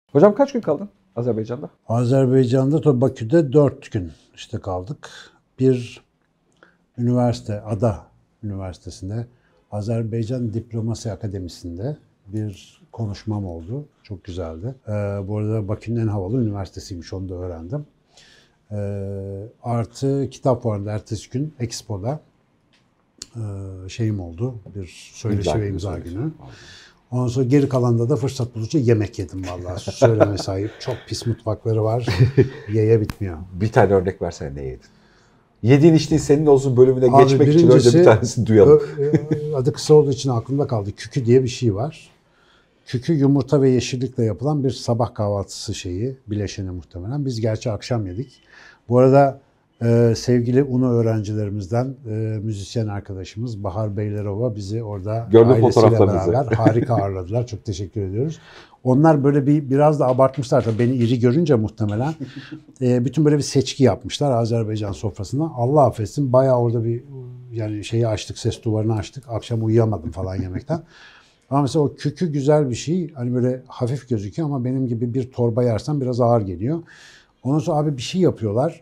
Hocam kaç gün kaldın Azerbaycan'da? Azerbaycan'da Bakü'de 4 gün işte kaldık. Bir üniversite, Ada Üniversitesi'nde, Azerbaycan Diplomasi Akademisi'nde bir konuşmam oldu. Çok güzeldi. Bu arada Bakü'nün en havalı üniversitesiymiş, onu da öğrendim. Artı kitap fuarında ertesi gün Expo'da şeyim oldu. Bir söyleşi ve imza günü. Ondan sonra geri kalanda da fırsat bulunca yemek yedim vallahi. Söyleme sahip. Çok pis mutfakları var. Yeye bitmiyor. Bir tane örnek versene, ne yedin? Yediğin içtiğin senin olsun bölümüne geçmek için önce bir tanesini duyalım. Adı kısa olduğu için aklımda kaldı. Kükü diye bir şey var. Kükü yumurta ve yeşillikle yapılan bir sabah kahvaltısı şeyi. Bileşeni muhtemelen. Biz gerçi akşam yedik. Bu arada sevgili UNO öğrencilerimizden müzisyen arkadaşımız Bahar Beylerova bizi orada ailesiyle beraber harika ağırladılar. Çok teşekkür ediyoruz. Onlar böyle biraz da abartmışlar tabii, beni iri görünce muhtemelen. Bütün böyle bir seçki yapmışlar Azerbaycan sofrasına. Allah affetsin, bayağı orada bir yani şeyi açtık, ses duvarını açtık. Akşam uyuyamadım falan yemekten. Ama mesela o kükü güzel bir şey. Hani böyle hafif gözüküyor ama benim gibi bir torba yersen biraz ağır geliyor. Ondan sonra abi bir şey yapıyorlar.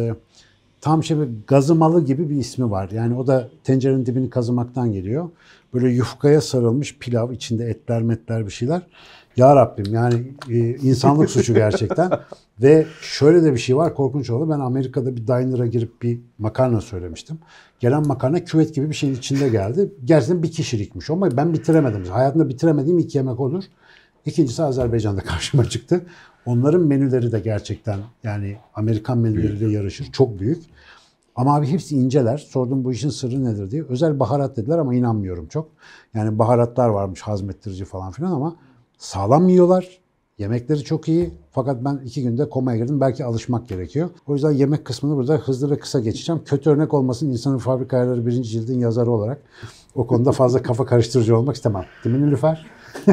Tam şey bir gazımalı gibi bir ismi var. Yani o da tencerenin dibini kazımaktan geliyor. Böyle yufkaya sarılmış pilav, içinde etler metler bir şeyler. Ya Rabbim, yani insanlık suçu gerçekten. Ve şöyle de bir şey var, korkunç oldu. Ben Amerika'da bir diner'a girip bir makarna söylemiştim. Gelen makarna küvet gibi bir şeyin içinde geldi. Gerçekten bir kişilikmiş ama ben bitiremedim. Hayatımda bitiremediğim ilk yemek olur. İkincisi Azerbaycan'da karşıma çıktı. Onların menüleri de gerçekten yani Amerikan menüleriyle yarışır. Çok büyük. Ama abi hepsi inceler. Sordum bu işin sırrı nedir diye. Özel baharat dediler ama inanmıyorum çok. Yani baharatlar varmış, hazmettirici falan filan ama sağlam yiyorlar. Yemekleri çok iyi. Fakat ben 2 günde komaya girdim. Belki alışmak gerekiyor. O yüzden yemek kısmını burada hızlı ve kısa geçeceğim. Kötü örnek olmasın, İnsanın Fabrika Ayarları 1. cildin yazarı olarak. O konuda fazla kafa karıştırıcı olmak istemem. Değil mi Nilüfer?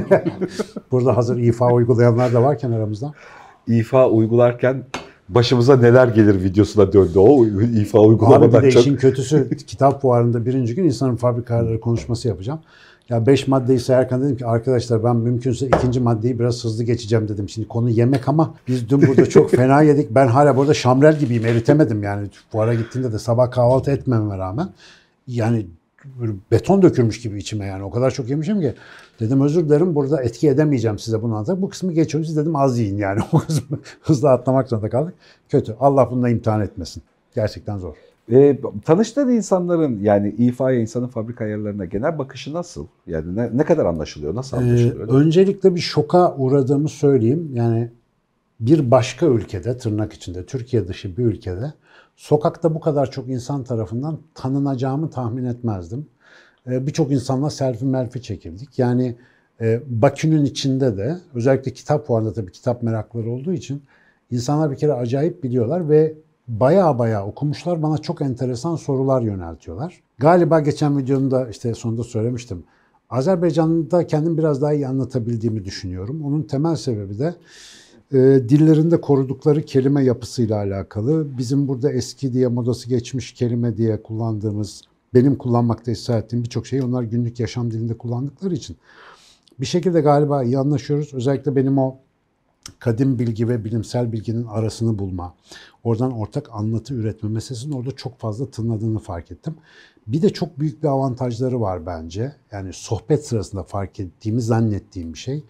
Burada hazır ifa uygulayanlar da varken aramızda. İfa uygularken başımıza neler gelir videosuna döndü o ifa uygulamadan. Abi bir de işin kötüsü, kitap fuarında 1. gün İnsanın Fabrika Ayarları konuşması yapacağım. Ya 5 maddeyi sayarken dedim ki arkadaşlar ben mümkünse 2. maddeyi biraz hızlı geçeceğim dedim. Şimdi konu yemek ama biz dün burada çok fena yedik. Ben hala burada şamrel gibiyim, eritemedim yani. Fuara gittiğimde de sabah kahvaltı etmeme rağmen yani beton dökülmüş gibi içime, yani o kadar çok yemişim ki. Dedim özür dilerim, burada etki edemeyeceğim size bunu anlatarak. Bu kısmı geçiyorum, siz dedim az yiyin yani. O kısmı hızlı atlamak zorunda kaldık. Kötü. Allah bununla imtihan etmesin. Gerçekten zor. Tanıştığın insanların, yani İFA'ya, insanın fabrika ayarlarına genel bakışı nasıl? Yani ne kadar anlaşılıyor? Nasıl anlaşılıyor? Öncelikle bir şoka uğradığımı söyleyeyim. Yani bir başka ülkede, tırnak içinde Türkiye dışı bir ülkede sokakta bu kadar çok insan tarafından tanınacağımı tahmin etmezdim. Birçok insanla selfie melfi çekildik. Yani Bakü'nün içinde de özellikle kitap fuarında, tabii kitap merakları olduğu için insanlar bir kere acayip biliyorlar ve baya okumuşlar. Bana çok enteresan sorular yöneltiyorlar. Galiba geçen videomda işte sonunda söylemiştim. Azerbaycan'da kendim biraz daha iyi anlatabildiğimi düşünüyorum. Onun temel sebebi de dillerinde korudukları kelime yapısıyla alakalı. Bizim burada eski diye, modası geçmiş kelime diye kullandığımız, benim kullanmakta ısrar ettiğim birçok şeyi onlar günlük yaşam dilinde kullandıkları için bir şekilde galiba iyi anlaşıyoruz. Özellikle benim o kadim bilgi ve bilimsel bilginin arasını bulma, oradan ortak anlatı üretme meselesinin orada çok fazla tınladığını fark ettim. Bir de çok büyük bir avantajları var bence. Yani sohbet sırasında fark ettiğimi zannettiğim bir şey.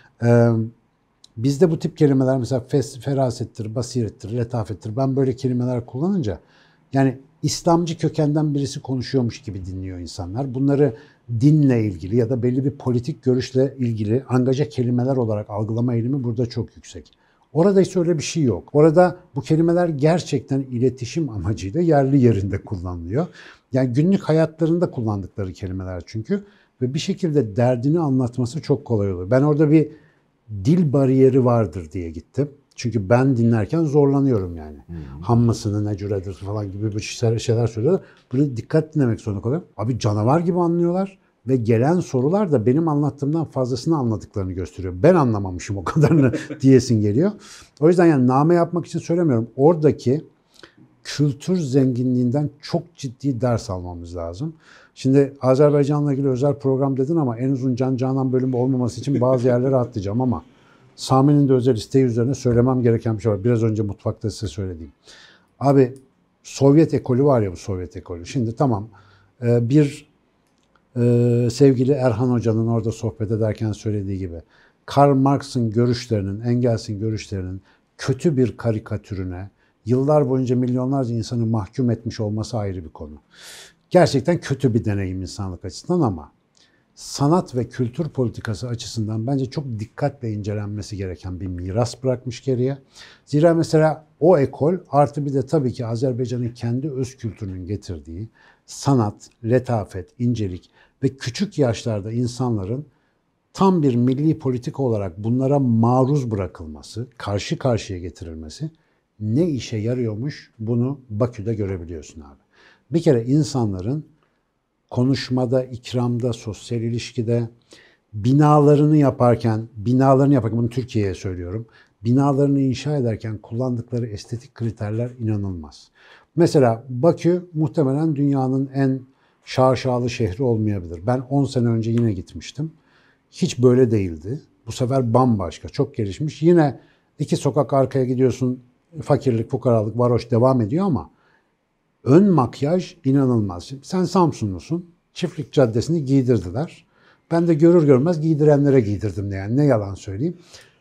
Bizde bu tip kelimeler mesela ferasettir, basirettir, letafettir. Ben böyle kelimeler kullanınca yani İslamcı kökenden birisi konuşuyormuş gibi dinliyor insanlar. Bunları dinle ilgili ya da belli bir politik görüşle ilgili angaja kelimeler olarak algılama eğilimi burada çok yüksek. Orada ise öyle bir şey yok. Orada bu kelimeler gerçekten iletişim amacıyla yerli yerinde kullanılıyor. Yani günlük hayatlarında kullandıkları kelimeler çünkü ve bir şekilde derdini anlatması çok kolay oluyor. Ben orada bir dil bariyeri vardır diye gittim. Çünkü ben dinlerken zorlanıyorum yani. Hammasını ne cüredir falan gibi bir şeyler söylüyorlar. Böyle dikkat dinlemek zorunda kalıyorum. Abi canavar gibi anlıyorlar ve gelen sorular da benim anlattığımdan fazlasını anladıklarını gösteriyor. Ben anlamamışım o kadarını diyesin geliyor. O yüzden yani name yapmak için söylemiyorum. Oradaki kültür zenginliğinden çok ciddi ders almamız lazım. Şimdi Azerbaycan'la ilgili özel program dedin ama en uzun Can Canan bölümü olmaması için bazı yerlere atlayacağım ama Sami'nin de özel isteği üzerine söylemem gereken bir şey var. Biraz önce mutfakta size söylediğim. Abi Sovyet ekolü var ya, bu Sovyet ekolü. Şimdi tamam, sevgili Erhan Hoca'nın orada sohbet ederken söylediği gibi Karl Marx'ın görüşlerinin, Engels'in görüşlerinin kötü bir karikatürüne yıllar boyunca milyonlarca insanı mahkum etmiş olması ayrı bir konu. Gerçekten kötü bir deneyim insanlık açısından, ama sanat ve kültür politikası açısından bence çok dikkatle incelenmesi gereken bir miras bırakmış geriye. Zira mesela o ekol artı bir de tabii ki Azerbaycan'ın kendi öz kültürünün getirdiği sanat, letafet, incelik ve küçük yaşlarda insanların tam bir milli politika olarak bunlara maruz bırakılması, karşı karşıya getirilmesi ne işe yarıyormuş, bunu Bakü'de görebiliyorsun abi. Bir kere insanların konuşmada, ikramda, sosyal ilişkide, binalarını yaparken bunu Türkiye'ye söylüyorum, binalarını inşa ederken kullandıkları estetik kriterler inanılmaz. Mesela Bakü muhtemelen dünyanın en şaşalı şehri olmayabilir. Ben 10 sene önce yine gitmiştim. Hiç böyle değildi. Bu sefer bambaşka, çok gelişmiş. Yine 2 sokak arkaya gidiyorsun, fakirlik, fukaralık, varoş devam ediyor ama ön makyaj inanılmaz. Şimdi sen Samsunlusun, Çiftlik Caddesi'ni giydirdiler. Ben de görür görmez giydirenlere giydirdim yani, ne yalan söyleyeyim.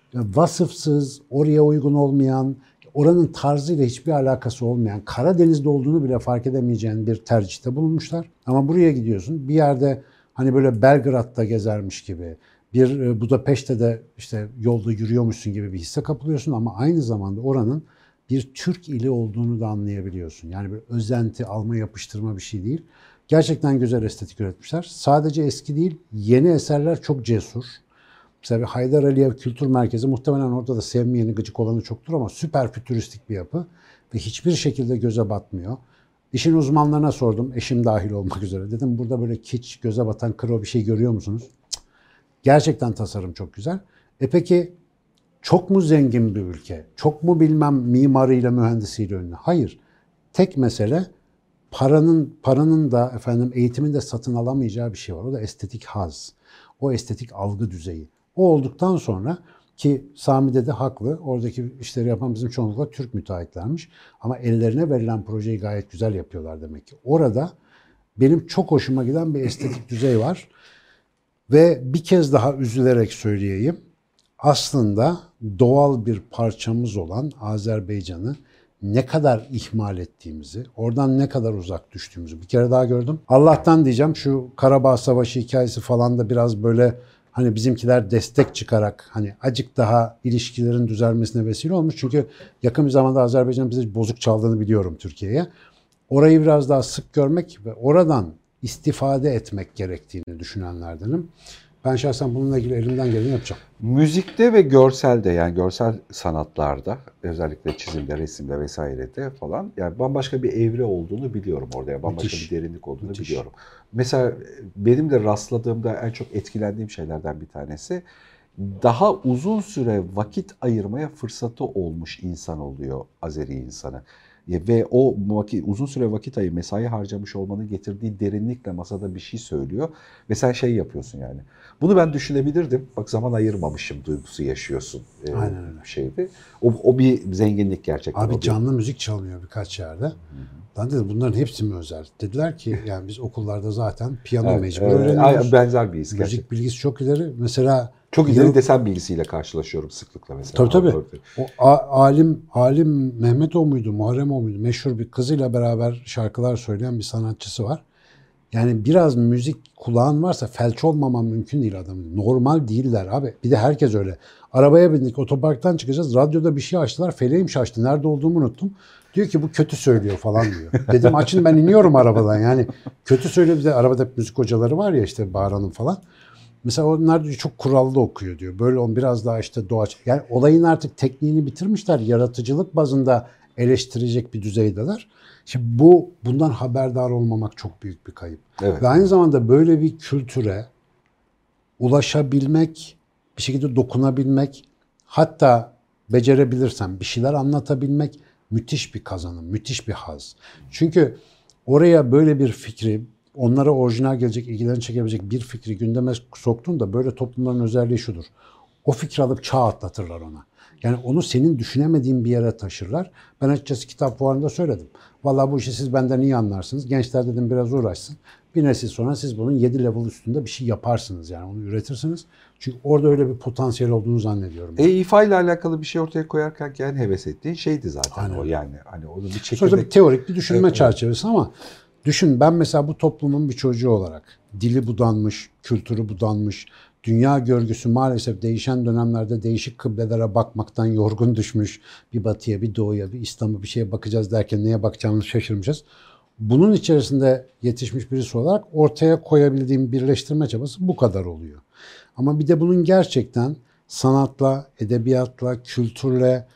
Vasıfsız, oraya uygun olmayan, oranın tarzıyla hiçbir alakası olmayan, Karadeniz'de olduğunu bile fark edemeyeceğin bir tercihte bulunmuşlar. Ama buraya gidiyorsun, bir yerde hani böyle Belgrad'da gezermiş gibi, bir Budapeşte de işte yolda yürüyormuşsun gibi bir hisse kapılıyorsun, ama aynı zamanda oranın bir Türk ili olduğunu da anlayabiliyorsun. Yani bir özenti, alma yapıştırma bir şey değil. Gerçekten güzel estetik üretmişler. Sadece eski değil, yeni eserler çok cesur. Mesela bir Haydar Aliyev Kültür Merkezi, muhtemelen orada da sevmeyeni, gıcık olanı çoktur ama süper fütüristik bir yapı ve hiçbir şekilde göze batmıyor. İşin uzmanlarına sordum, eşim dahil olmak üzere. Dedim burada böyle kiç, göze batan, kro bir şey görüyor musunuz? Cık. Gerçekten tasarım çok güzel. Peki çok mu zengin bir ülke? Çok mu bilmem mimarıyla, mühendisiyle ünlü? Hayır. Tek mesele paranın da eğitimin de satın alamayacağı bir şey var. O da estetik haz. O estetik algı düzeyi. O olduktan sonra, ki Sami'de de haklı, oradaki işleri yapan bizim çoğunlukla Türk müteahhitlermiş. Ama ellerine verilen projeyi gayet güzel yapıyorlar demek ki. Orada benim çok hoşuma giden bir estetik düzey var. Ve bir kez daha üzülerek söyleyeyim. Aslında doğal bir parçamız olan Azerbaycan'ı ne kadar ihmal ettiğimizi, oradan ne kadar uzak düştüğümüzü bir kere daha gördüm. Allah'tan diyeceğim, şu Karabağ Savaşı hikayesi falan da biraz böyle hani bizimkiler destek çıkarak hani acık daha ilişkilerin düzelmesine vesile olmuş. Çünkü yakın bir zamanda Azerbaycan bize bozuk çaldığını biliyorum Türkiye'ye. Orayı biraz daha sık görmek ve oradan istifade etmek gerektiğini düşünenlerdenim. Ben şahsen bununla ilgili elimden geleni yapacağım. Müzikte ve görselde, yani görsel sanatlarda, özellikle çizimde, resimde vesairede falan, yani bambaşka bir evre olduğunu biliyorum orada. Yani bambaşka Müthiş. bir derinlik olduğunu Müthiş. biliyorum. Mesela benim de rastladığımda en çok etkilendiğim şeylerden bir tanesi, daha uzun süre vakit ayırmaya fırsatı olmuş insan oluyor Azeri insanı. Ve o uzun süre vakit mesai harcamış olmanın getirdiği derinlikle masada bir şey söylüyor. Ve sen şey yapıyorsun yani. Bunu ben düşünebilirdim. Bak, zaman ayırmamışım duygusu yaşıyorsun. Aynen öyle. Bir şeydi. O bir zenginlik gerçekten. Abi canlı müzik çalınıyor birkaç yerde. Ben dedim bunların hepsi mi özel? Dediler ki yani biz okullarda zaten piyano mecbur öğreniyoruz. Benzer bir his Müzik gerçekten. bilgisi çok ileri. Mesela Çok ileri desen bilgisiyle karşılaşıyorum sıklıkla mesela. Tabii. O alim Mehmet o muydu, Muharrem o muydu? Meşhur bir kızıyla beraber şarkılar söyleyen bir sanatçısı var. Yani biraz müzik kulağın varsa felç olmaman mümkün değil adamın. Normal değiller abi. Bir de herkes öyle. Arabaya bindik, otoparktan çıkacağız. Radyoda bir şey açtılar. Feleğim şaştı. Nerede olduğumu unuttum. Diyor ki bu kötü söylüyor falan diyor. Dedim açın, ben iniyorum arabadan. Yani kötü söylüyor. Bir de arabada müzik hocaları var ya, işte Bağırhan'ın falan. Mesela onlar diyor çok kurallı okuyor diyor. Böyle on biraz daha işte doğaç. Yani olayın artık tekniğini bitirmişler. Yaratıcılık bazında eleştirecek bir düzeydeler. Şimdi bundan haberdar olmamak çok büyük bir kayıp. Evet. Ve aynı zamanda böyle bir kültüre ulaşabilmek, bir şekilde dokunabilmek, hatta becerebilirsen bir şeyler anlatabilmek müthiş bir kazanım, müthiş bir haz. Çünkü oraya böyle bir fikri, onlara orijinal gelecek, ilgilerini çekebilecek bir fikri gündeme soktun da, böyle toplumların özelliği şudur. o fikri alıp çağ atlatırlar ona. Yani onu senin düşünemediğin bir yere taşırlar. Ben açıkçası kitap fuarında söyledim. Vallahi bu işi siz benden iyi anlarsınız. Gençler dedim biraz uğraşsın. Bir nesil sonra siz bunun 7 level üstünde bir şey yaparsınız. Yani onu üretirsiniz. Çünkü orada öyle bir potansiyel olduğunu zannediyorum. İFA ile alakalı bir şey ortaya koyarken yani heves ettiğin şeydi zaten aynen. o yani. Hani onu bir çekirdek... Sonuçta bir teorik bir düşünme çerçevesi ama düşün ben mesela bu toplumun bir çocuğu olarak dili budanmış, kültürü budanmış, dünya görgüsü maalesef değişen dönemlerde değişik kıblelere bakmaktan yorgun düşmüş. Bir batıya, bir doğuya, bir İslam'a bir şeye bakacağız derken neye bakacağımızı şaşırmışız. Bunun içerisinde yetişmiş birisi olarak ortaya koyabildiğim birleştirme çabası bu kadar oluyor. Ama bir de bunun gerçekten sanatla, edebiyatla, kültürle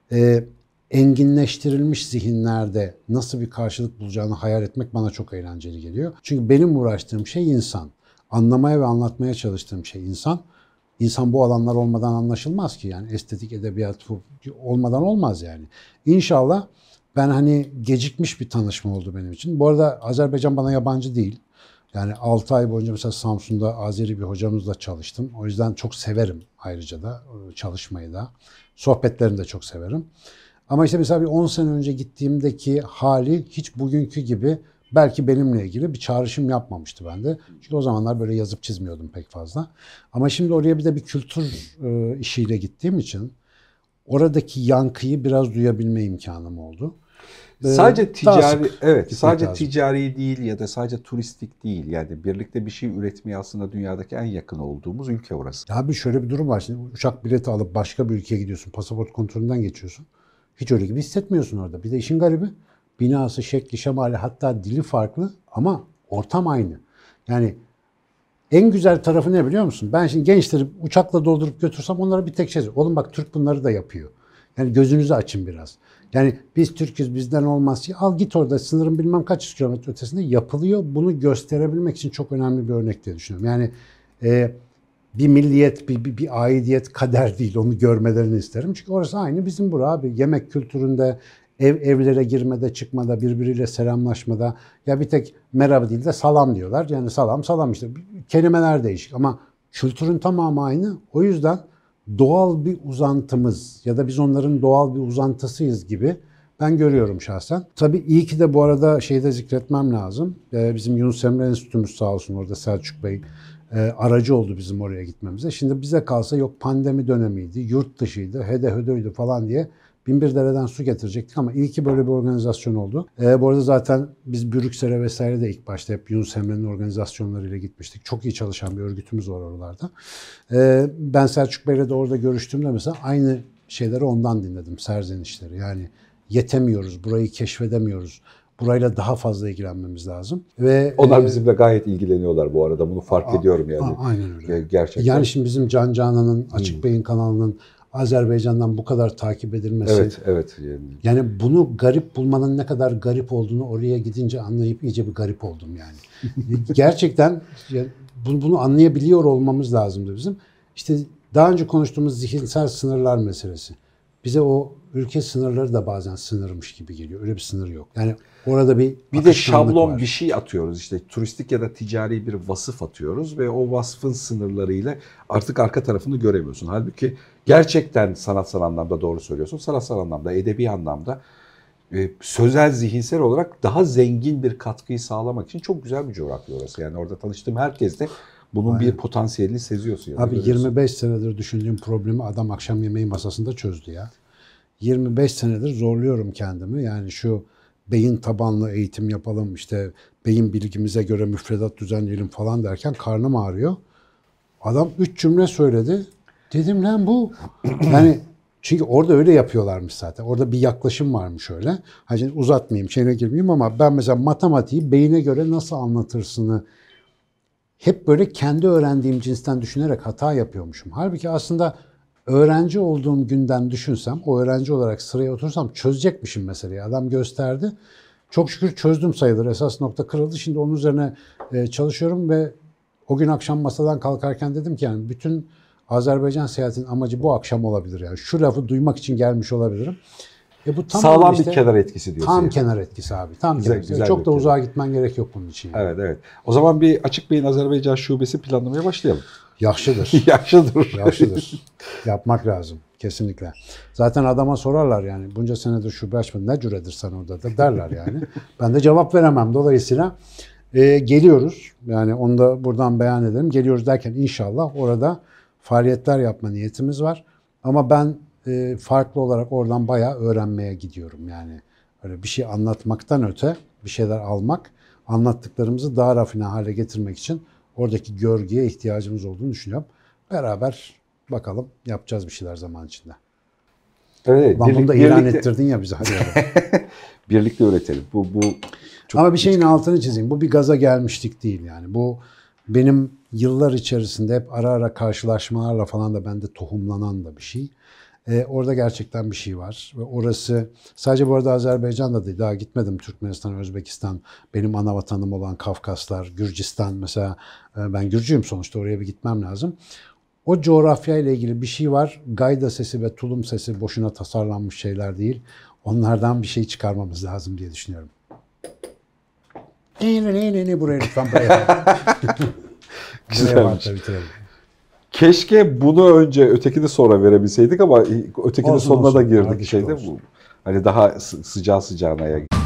enginleştirilmiş zihinlerde nasıl bir karşılık bulacağını hayal etmek bana çok eğlenceli geliyor. Çünkü benim uğraştığım şey insan. Anlamaya ve anlatmaya çalıştığım şey insan. İnsan bu alanlar olmadan anlaşılmaz ki. Yani estetik, edebiyat olmadan olmaz yani. İnşallah ben hani gecikmiş bir tanışma oldu benim için. Bu arada Azerbaycan bana yabancı değil. Yani 6 ay boyunca mesela Samsun'da Azeri bir hocamızla çalıştım. O yüzden çok severim ayrıca da çalışmayı da. Sohbetlerini de çok severim. Ama işte mesela bir 10 sene önce gittiğimdeki hali hiç bugünkü gibi belki benimle ilgili bir çağrışım yapmamıştı bende. Çünkü o zamanlar böyle yazıp çizmiyordum pek fazla. Ama şimdi oraya bir de bir kültür işiyle gittiğim için oradaki yankıyı biraz duyabilme imkanım oldu. Sadece ticari, evet, sadece lazım. ticari değil ya da sadece turistik değil. Yani birlikte bir şey üretmeye aslında dünyadaki en yakın olduğumuz ülke orası. Abi şöyle bir durum var. Şimdi uçak bileti alıp başka bir ülkeye gidiyorsun. Pasaport kontrolünden geçiyorsun. Hiç öyle gibi hissetmiyorsun orada. Bir de işin garibi binası, şekli, şemali hatta dili farklı ama ortam aynı. Yani en güzel tarafı ne biliyor musun? Ben şimdi gençleri uçakla doldurup götürsem onlara bir tek şey söyleyeyim. Oğlum bak Türk bunları da yapıyor. Yani gözünüzü açın biraz. Yani biz Türk'üz bizden olmaz. Al git orada sınırın bilmem kaç yüz kilometre ötesinde yapılıyor. Bunu gösterebilmek için çok önemli bir örnek diye düşünüyorum. Yani bir milliyet, bir aidiyet kader değil. Onu görmelerini isterim. Çünkü orası aynı bizim bura abi. Yemek kültüründe, evlere girmede, çıkmada, birbiriyle selamlaşmada ya bir tek merhaba değil de salam diyorlar. Yani salam işte. Kelimeler değişik ama kültürün tamamı aynı. O yüzden doğal bir uzantımız ya da biz onların doğal bir uzantısıyız gibi ben görüyorum şahsen. Tabii iyi ki de bu arada şeyde zikretmem lazım. Bizim Yunus Emre Enstitümüz sağ olsun orada Selçuk Bey aracı oldu bizim oraya gitmemize. Şimdi bize kalsa yok pandemi dönemiydi, yurt dışıydı, hödöydü falan diye Binbirdere'den su getirecektik ama iyi ki böyle bir organizasyon oldu. Bu arada zaten biz Brüksel'e vesaire de ilk başta hep Yunus Emre'nin organizasyonlarıyla gitmiştik. Çok iyi çalışan bir örgütümüz var oralarda. Ben Selçuk Bey'le de orada görüştüğümde mesela aynı şeyleri ondan dinledim, serzenişleri. Yani yetemiyoruz, burayı keşfedemiyoruz. Burayla daha fazla ilgilenmemiz lazım. Ve onlar bizimle gayet ilgileniyorlar bu arada. Bunu fark ediyorum yani. Aynen öyle. Gerçekten. Yani şimdi bizim Can Canan'ın, Açık Bey'in kanalının Azerbaycan'dan bu kadar takip edilmesi. Evet. Yani bunu garip bulmanın ne kadar garip olduğunu oraya gidince anlayıp iyice bir garip oldum yani. Gerçekten bunu anlayabiliyor olmamız lazımdı bizim. İşte daha önce konuştuğumuz zihinsel sınırlar meselesi. Bize o ülke sınırları da bazen sınırmış gibi geliyor. Öyle bir sınır yok. Yani orada bir de şablon var. bir şey atıyoruz işte turistik ya da ticari bir vasıf atıyoruz ve o vasfın sınırlarıyla artık arka tarafını göremiyorsun. Halbuki gerçekten sanatsal anlamda doğru söylüyorsun. Sanatsal anlamda, edebi anlamda sözel, zihinsel olarak daha zengin bir katkıyı sağlamak için çok güzel bir coğrafya orası. Yani orada tanıştığım herkes de bunun bir potansiyelini seziyorsun. Abi 25 senedir düşündüğüm problemi adam akşam yemeği masasında çözdü ya. 25 senedir zorluyorum kendimi. Yani şu beyin tabanlı eğitim yapalım, işte beyin bilgimize göre müfredat düzenleyelim falan derken karnım ağrıyor. Adam 3 cümle söyledi. Dedim lan bu. Yani çünkü orada öyle yapıyorlarmış zaten. Orada bir yaklaşım varmış öyle. Hani uzatmayayım, şeyine girmeyeyim ama ben mesela matematiği beyine göre nasıl anlatırsını hep böyle kendi öğrendiğim cinsten düşünerek hata yapıyormuşum. Halbuki aslında öğrenci olduğum günden düşünsem, o öğrenci olarak sıraya otursam çözecekmişim meseleyi. Adam gösterdi. Çok şükür çözdüm sayılır. Esas nokta kırıldı. Şimdi onun üzerine çalışıyorum ve o gün akşam masadan kalkarken dedim ki yani bütün Azerbaycan seyahatinin amacı bu akşam olabilir. Yani şu lafı duymak için gelmiş olabilirim. Bu sağlam işte, bir kenar etkisi diyorsun. Tam kenar etkisi abi. Tam güzel, kenar etkisi. Çok da uzağa gitmen gerek yok bunun için. Yani. Evet. O zaman bir Açık Bey'in Azerbaycan şubesi planlamaya başlayalım. Yaşlıdır. Yaşlıdır. Yaşlıdır. Yapmak lazım. Kesinlikle. Zaten adama sorarlar yani bunca senedir şube açmadın ne cüredir sen orada da derler yani. Ben de cevap veremem. Dolayısıyla geliyoruz. Yani onu da buradan beyan edelim. Geliyoruz derken inşallah orada faaliyetler yapma niyetimiz var. Ama ben farklı olarak oradan bayağı öğrenmeye gidiyorum. Yani öyle bir şey anlatmaktan öte bir şeyler almak, anlattıklarımızı daha rafine hale getirmek için oradaki görgüye ihtiyacımız olduğunu düşünüyorum. Beraber bakalım yapacağız bir şeyler zaman içinde. Evet, Lan bunu da ilan ettirdin ya bize. Hadi birlikte üretelim. Bu çok ama bir şeyin altını çizeyim. Bu bir gaza gelmişlik değil yani. Bu benim yıllar içerisinde hep ara ara karşılaşmalarla falan da bende tohumlanan da bir şey. Orada gerçekten bir şey var. Ve orası sadece bu arada Azerbaycan'da değil. Daha gitmedim. Türkmenistan, Özbekistan, benim ana vatanım olan Kafkaslar, Gürcistan mesela. Ben Gürcüyüm sonuçta oraya bir gitmem lazım. O coğrafya ile ilgili bir şey var. Gayda sesi ve tulum sesi boşuna tasarlanmış şeyler değil. Onlardan bir şey çıkarmamız lazım diye düşünüyorum. Buraya lütfen buraya. güzelmiş. Keşke bunu önce ötekini sonra verebilseydik ama ötekinin sonuna da girdik şeyde bu. Hani daha sıcağı sıcağına ya.